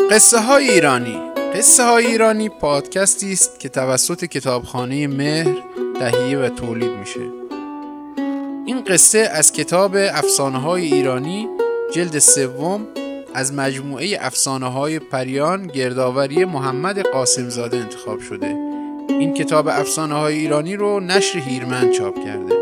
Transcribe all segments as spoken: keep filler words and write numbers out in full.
قصه های ایرانی قصه های ایرانی پادکستی است که توسط کتابخانه مهر تهیه و تولید میشه. این قصه از کتاب افسانه های ایرانی جلد سوم از مجموعه افسانه های پریان گردآوری محمد قاسم زاده انتخاب شده. این کتاب افسانه های ایرانی رو نشر هیرمند چاپ کرده.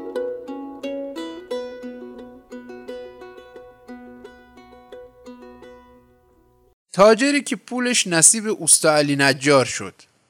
تاجری که پولش نصیب اوستا علی نجار شد.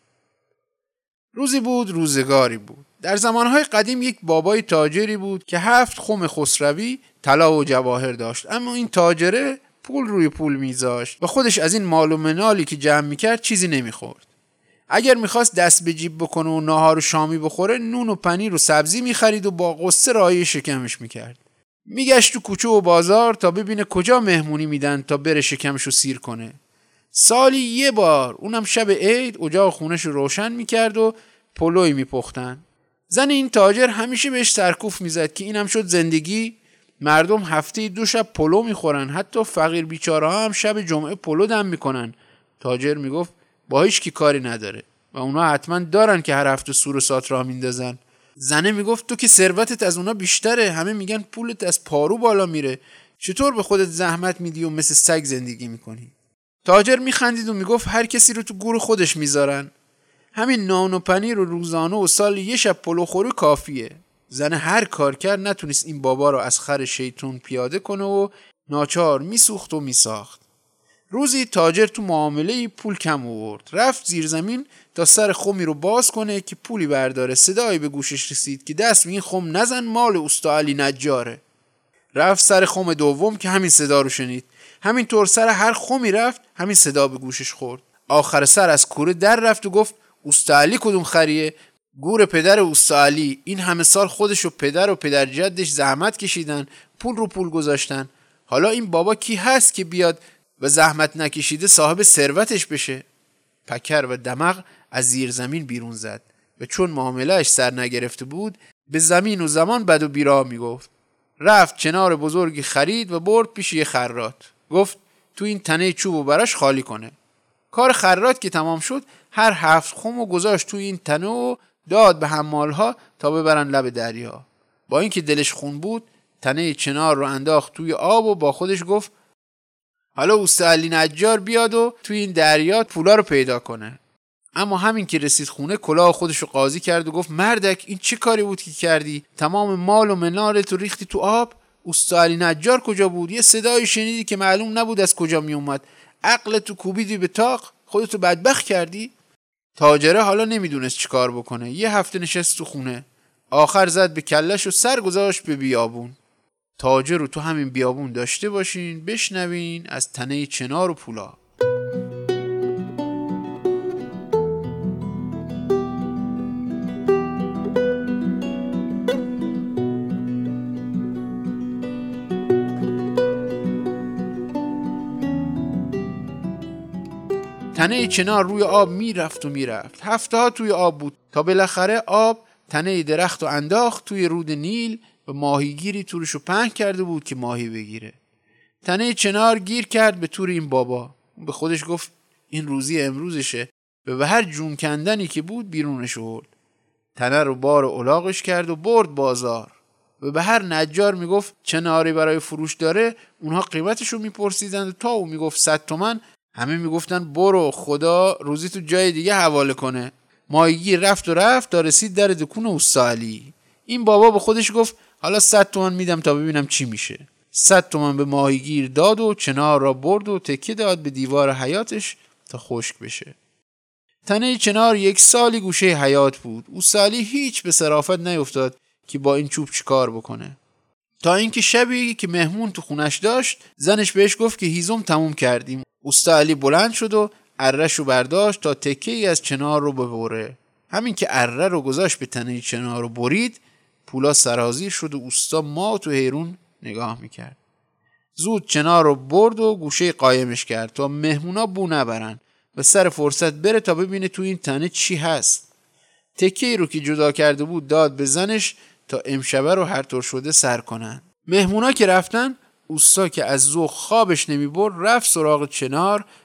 روزی بود روزگاری بود. در زمانهای قدیم یک بابای تاجری بود که هفت خم خسروی طلا و جواهر داشت، اما این تاجره پول روی پول میذاشت و خودش از این مال و منالی که جمع میکرد چیزی نمیخورد. اگر میخواست دست به جیب بکنه و ناهار و شامی بخوره، نون و پنیر و سبزی میخرید و با قصه راهی شکمش میکرد. میگشت تو کوچه و بازار تا ببینه کجا مهمونی میدن تا بره شکمشو سیر کنه. سالی یه بار، اونم شب عید، اجاق خونش رو روشن میکرد و پلوی میپختن. زن این تاجر همیشه بهش سرکوف میزد که اینم شد زندگی. مردم هفته دو شب پلو میخورن، حتی فقیر بیچاره ها هم شب جمعه پلو دم میکنن. تاجر میگفت با هیچ کی کاری نداره و اونا حتما دارن که هر هفته سور و سات راه میندازن. زنه میگفت تو که ثروتت از اونا بیشتره، همه میگن پولت از پارو بالا میره، چطور به خودت زحمت میدی و مثل سگ زندگی میکنی؟ تاجر میخندید و میگفت هر کسی رو تو گور خودش میذارن، همین نان و پنیر و روزانه و سال یه شب پلو خوری کافیه. زن هر کار کرد نتونست این بابا رو از خر شیطون پیاده کنه و ناچار میسوخت و میساخت. روزی تاجر تو معامله پول کم آورد، رفت زیر زمین تا سر خمی رو باز کنه که پولی برداره. صدایی به گوشش رسید که دست به این خم نزن، مال اوستا علی نجاره. رفت سر خم دوم که همین صدا رو شنید. همین طور سر هر خمی رفت، همین صدا به گوشش خورد. آخر سر از کوره در رفت و گفت اوستا علی کدوم خریه؟ گور پدر اوستا علی. این همه سال خودش و پدر و پدر جدش زحمت کشیدن، پول رو پول گذاشتن. حالا این بابا کی هست که بیاد و زحمت نکشیده صاحب ثروتش بشه؟ پکر و دماغ از زیر زمین بیرون زد و چون معاملهش سر نگرفته بود به زمین و زمان بد و بیراه میگفت. رفت چنار بزرگی خرید و برد پیش یه خراط. گفت تو این تنه چوبو براش خالی کنه. کار خراط که تمام شد، هر هفت خمو گذاشت تو این تنه و داد به حمالها تا ببرن لب دریا. با اینکه دلش خون بود، تنه چنار رو انداخت توی آب و با خودش گفت حالا اوستا علی نجار بیاد و توی این دریا پولا رو پیدا کنه. اما همین که رسید خونه، کلاه خودش رو قاضی کرد و گفت مردک این چه کاری بود که کردی؟ تمام مال و منالت رو ریختی تو آب. اوستا علی نجار کجا بود؟ یه صدایی شنیدی که معلوم نبود از کجا می اومد، عقلت تو کوبیدی به تاق، خودتو بدبخت کردی. تاجره حالا نمیدونست چی کار بکنه. یه هفته نشست تو خونه، آخر زد به کلش و سر گذاشت به بیابون. تاجر رو تو همین بیابون داشته باشین بشنوین از تنه چنار و پولا. تنه چنار روی آب میرفت و میرفت. هفته ها توی آب بود تا بالاخره آب تنه درخت رو انداخت توی رود نیل و ماهیگیری تورشو پهن کرده بود که ماهی بگیره. تنه چنار گیر کرد به تور این بابا. به خودش گفت این روزی امروزشه و به هر جون کندنی که بود بیرونش آورد. تنه رو بار الاغش کرد و برد بازار و به هر نجار میگفت چناری برای فروش داره. اونها قیمتشو میپرسیدند و تا او میگفت صد تومن، همه میگفتن برو خدا روزی تو جای دیگه حواله کنه. ماهیگیر رفت و رفت تا رسید در دکون اوستا علی. این بابا به خودش گفت حالا صد تومن میدم تا ببینم چی میشه. صد تومن به ماهیگیر داد و چنار را برد و تکیه داد به دیوار حیاتش تا خشک بشه. تنه چنار یک سالی گوشه حیات بود. اوستا علی هیچ به صرافت نیفتاد که با این چوب چیکار بکنه، تا اینکه شبی که مهمون تو خونش داشت، زنش بهش گفت که هیزم تموم کردیم. اوستا علی بلند شد و اره‌ش رو برداشت تا تکه‌ای از چنار رو ببره. همین که اره رو گذاشت به تنه چنار رو برید، پولا سرازیر شد و اوستا مات و حیرون نگاه میکرد. زود چنار رو برد و گوشه قایمش کرد تا مهمونا بو نبرن و سر فرصت بره تا ببینه تو این تنه چی هست. تکه‌ای رو که جدا کرده بود داد به زنش تا امشبه رو هر طور شده سر کنن. مهمونا که رفتن، اوستا که از ذوق خوابش نمی برد رفت سراغ چنار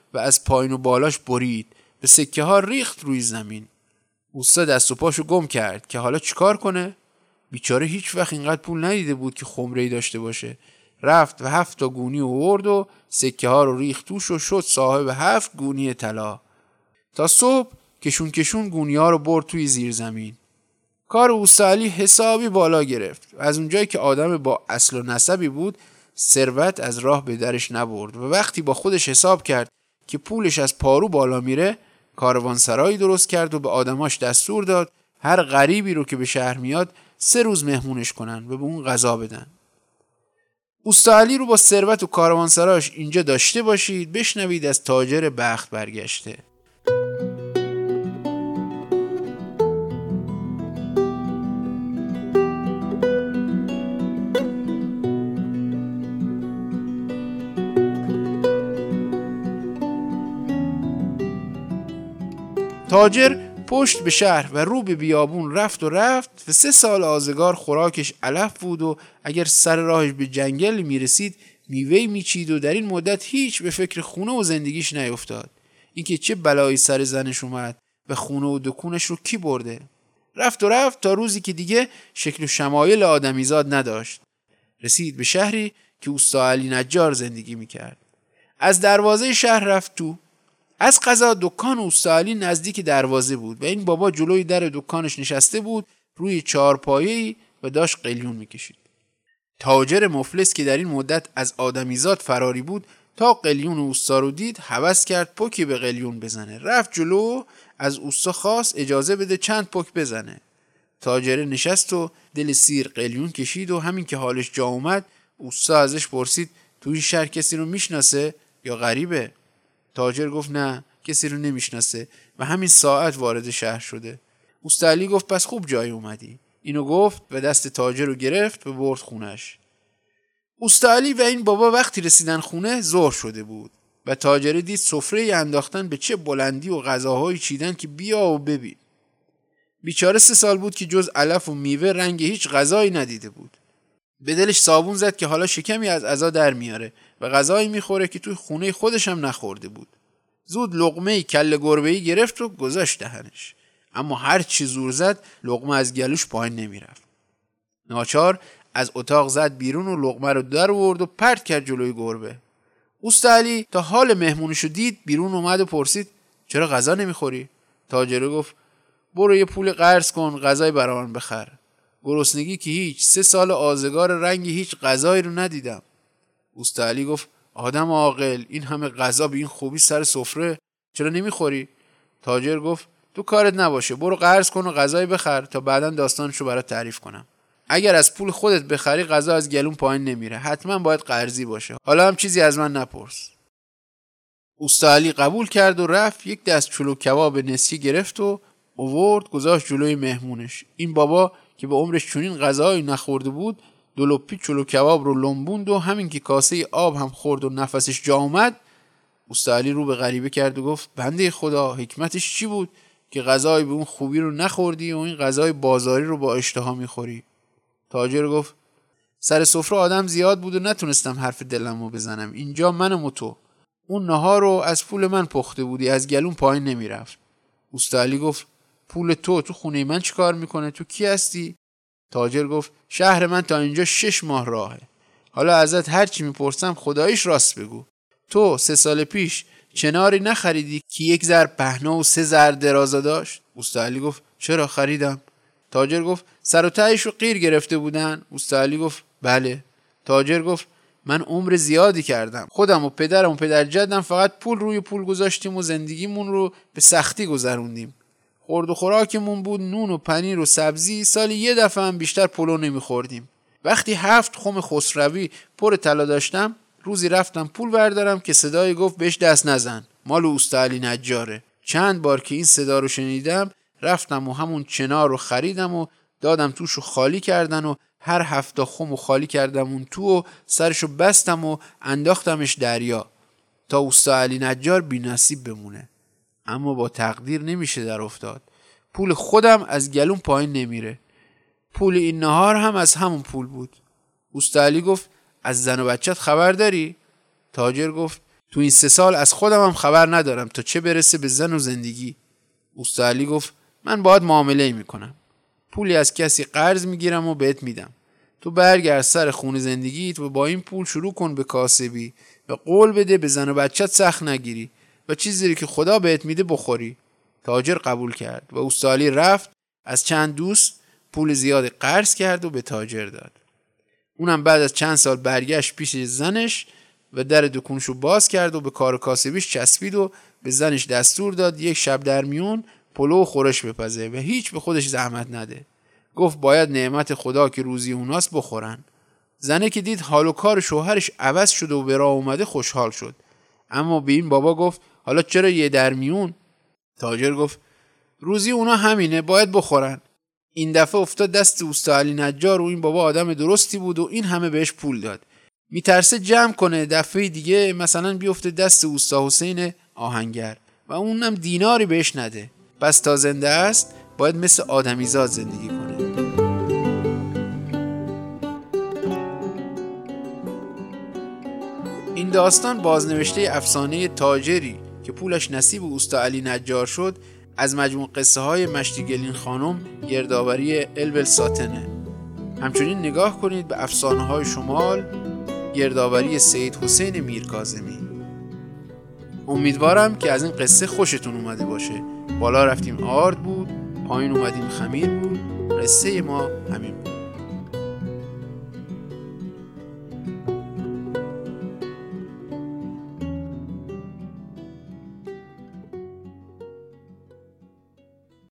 و از پایین و بالاش برید، به سکه ها ریخت روی زمین. اوستا دست و پاشو گم کرد که حالا چیکار کنه؟ بیچاره هیچ وقت اینقدر پول ندیده بود که خمره‌ای داشته باشه. رفت و هفت تا گونی آورد و سکه ها رو ریخت توش و شد صاحب هفت گونی طلا. تا صبح کشون کشون گونی ها رو برد توی زیر زمین. کار اوستا علی حسابی بالا گرفت و از اونجایی که آدم با اصل و نسبی بود، ثروت از راه به درش نبرد و وقتی با خودش حساب کرد که پولش از پارو بالا میره، کاروانسرایی درست کرد و به آدماش دستور داد هر غریبی رو که به شهر میاد سه روز مهمونش کنن و به اون غذا بدن. اوستا علی رو با ثروت و کاروانسراش اینجا داشته باشید. بشنوید از تاجر بخت برگشته. تاجر پشت به شهر و رو به بیابون رفت و رفت و سه سال آزگار خوراکش علف بود و اگر سر راهش به جنگل میرسید میوه‌ای میچید و در این مدت هیچ به فکر خونه و زندگیش نیفتاد. اینکه چه بلایی سر زنش اومد و خونه و دکونش رو کی برده. رفت و رفت تا روزی که دیگه شکل و شمایل آدمیزاد نداشت. رسید به شهری که اوستا علی نجار زندگی میکرد. از دروازه شهر رفت تو. از قضا دکان اوستا علی نزدیک دروازه بود و این بابا جلوی در دکانش نشسته بود روی چهارپایه‌ای و داشت قلیون میکشید. تاجر مفلس که در این مدت از آدمیزاد فراری بود تا قلیون اوستا رو دید هوس کرد پوکی به قلیون بزنه. رفت جلو، از اوستا خواست اجازه بده چند پوک بزنه. تاجر نشست و دل سیر قلیون کشید و همین که حالش جا اومد اوستا ازش پرسید تو این شهر کسی رو میشناسه یا غریبه؟ تاجر گفت نه، کسی رو نمیشناسه و همین ساعت وارد شهر شده. اوستا علی گفت پس خوب جای اومدی. اینو گفت و دست تاجر رو گرفت و برد خونش. اوستا علی و این بابا وقتی رسیدن خونه ظهر شده بود و تاجر دید سفره انداختن به چه بلندی و غذاهایی چیدن که بیا و ببین. بیچاره سه سال بود که جز علف و میوه رنگ هیچ غذایی ندیده بود. به دلش صابون زد که حالا شکمی از عزا در میاره و غذایی میخوره که توی خونه خودش هم نخورده بود. زود لقمه کله گربه‌ای گرفت و گذاشت دهنش، اما هر چی زور زد لقمه از گلوش پایین نمیرفت. ناچار از اتاق زد بیرون و لقمه رو در آورد و پرت کرد جلوی گربه. اوستا علی تا حال مهمونشو دید بیرون اومد و پرسید چرا غذا نمیخوری؟ تاجر گفت برو یه پول قرض کن غذای برام بخر. گرسنگی که هیچ، سه سال آزگار رنگی هیچ غذایی رو ندیدم. اوستا علی گفت آدم عاقل، این همه غذا به این خوبی سر سفره چرا نمیخوری؟ تاجر گفت تو کارت نباشه، برو قرض کن و غذای بخر تا بعداً داستانشو برات تعریف کنم. اگر از پول خودت بخری غذا از گلون پایین نمیره، حتما باید قرضی باشه. حالا هم چیزی از من نپرس. اوستا علی قبول کرد و رفت یک دست چلو کباب نسکی گرفت و آورد گذاشت جلوی مهمونش. این بابا که به عمرش چنین غذایی نخورده بود دو لپی چلو کباب رو لنبوند و همین که کاسه آب هم خورد و نفسش جا اومد، اوستا علی رو به غریبه کرد و گفت بنده خدا حکمتش چی بود که غذای به اون خوبی رو نخوردی و این غذای بازاری رو با اشتها میخوری؟ تاجر گفت سر سفره آدم زیاد بود و نتونستم حرف دلمو بزنم. اینجا منم و تو، اون نهار رو از پول من پخته بودی، از گلون پایین نمیرفت. اوستا علی گفت پول تو تو خونه من چی کار میکنه؟ تو کی هستی؟ تاجر گفت شهر من تا اینجا شش ماه راهه. حالا ازت هر چی میپرسم خداییش راست بگو. تو سه سال پیش چناری نخریدی که یک زر پهنا و سه زر درازا داشت؟ اوستا علی گفت چرا خریدم. تاجر گفت سر و تهش رو قیر گرفته بودن؟ اوستا علی گفت بله. تاجر گفت من عمر زیادی کردم، خودم و پدرم و پدر جدم فقط پول روی پول گذاشتیم و زندگیمون رو به سختی گذروندیم. خورد و خوراکمون بود نون و پنیر و سبزی، سالی یه دفعه هم بیشتر پلو نمیخوردیم. وقتی هفت خم خسروی پر طلا داشتم، روزی رفتم پول بردارم که صدای گفت بهش دست نزن، مال اوستا علی نجاره. چند بار که این صدا رو شنیدم رفتم و همون چنار رو خریدم و دادم توشو خالی کردن و هر هفته خم و خالی کردم اون تو و سرشو بستم و انداختمش دریا تا اوستا علی نجار بی نصیب بمونه. اما با تقدیر نمیشه در افتاد. پول خودم از گلون پایین نمیره. پول این نهار هم از همون پول بود. اوستا علی گفت از زن و بچت خبر داری؟ تاجر گفت تو این سه سال از خودم هم خبر ندارم تا چه برسه به زن و زندگی. اوستا علی گفت من باهات معامله میکنم. پولی از کسی قرض میگیرم و بهت میدم. تو برگرد سر خونه زندگیت و با این پول شروع کن به کاسبی و قول بده به زن و بچت سخت نگیری و چیزی که خدا بهت میده بخوری. تاجر قبول کرد و اوستا علی رفت از چند دوست پول زیاد قرض کرد و به تاجر داد. اونم بعد از چند سال برگشت پیش زنش و در دکونشو باز کرد و به کار کاسبیش چسبید و به زنش دستور داد یک شب در میون پلو و خورش بپزه و هیچ به خودش زحمت نده. گفت باید نعمت خدا که روزی اوناست بخورن. زنه که دید حال و کار شوهرش عوض شده و به راه اومده خوشحال شد. اما به این بابا گفت حالا چرا یه در میون؟ تاجر گفت روزی اونا همینه، باید بخورن. این دفعه افتاد دست اوستا علی نجار و این بابا آدم درستی بود و این همه بهش پول داد. میترسه جمع کنه دفعه دیگه مثلا بیفته دست اوستا حسین آهنگر و اونم دیناری بهش نده. پس تا زنده است باید مثل آدمیزاد زندگی کنه. این داستان بازنوشته افسانه تاجری که پولش نصیب اوستا علی نجار شد از مجموع قصه های مشتی گلین خانم گردآوری البل ساتنه. همچنین نگاه کنید به افسانه های شمال گردآوری سید حسین میرکاظمی. امیدوارم که از این قصه خوشتون اومده باشه. بالا رفتیم آرد بود، پایین اومدیم خمیر بود. قصه ما همین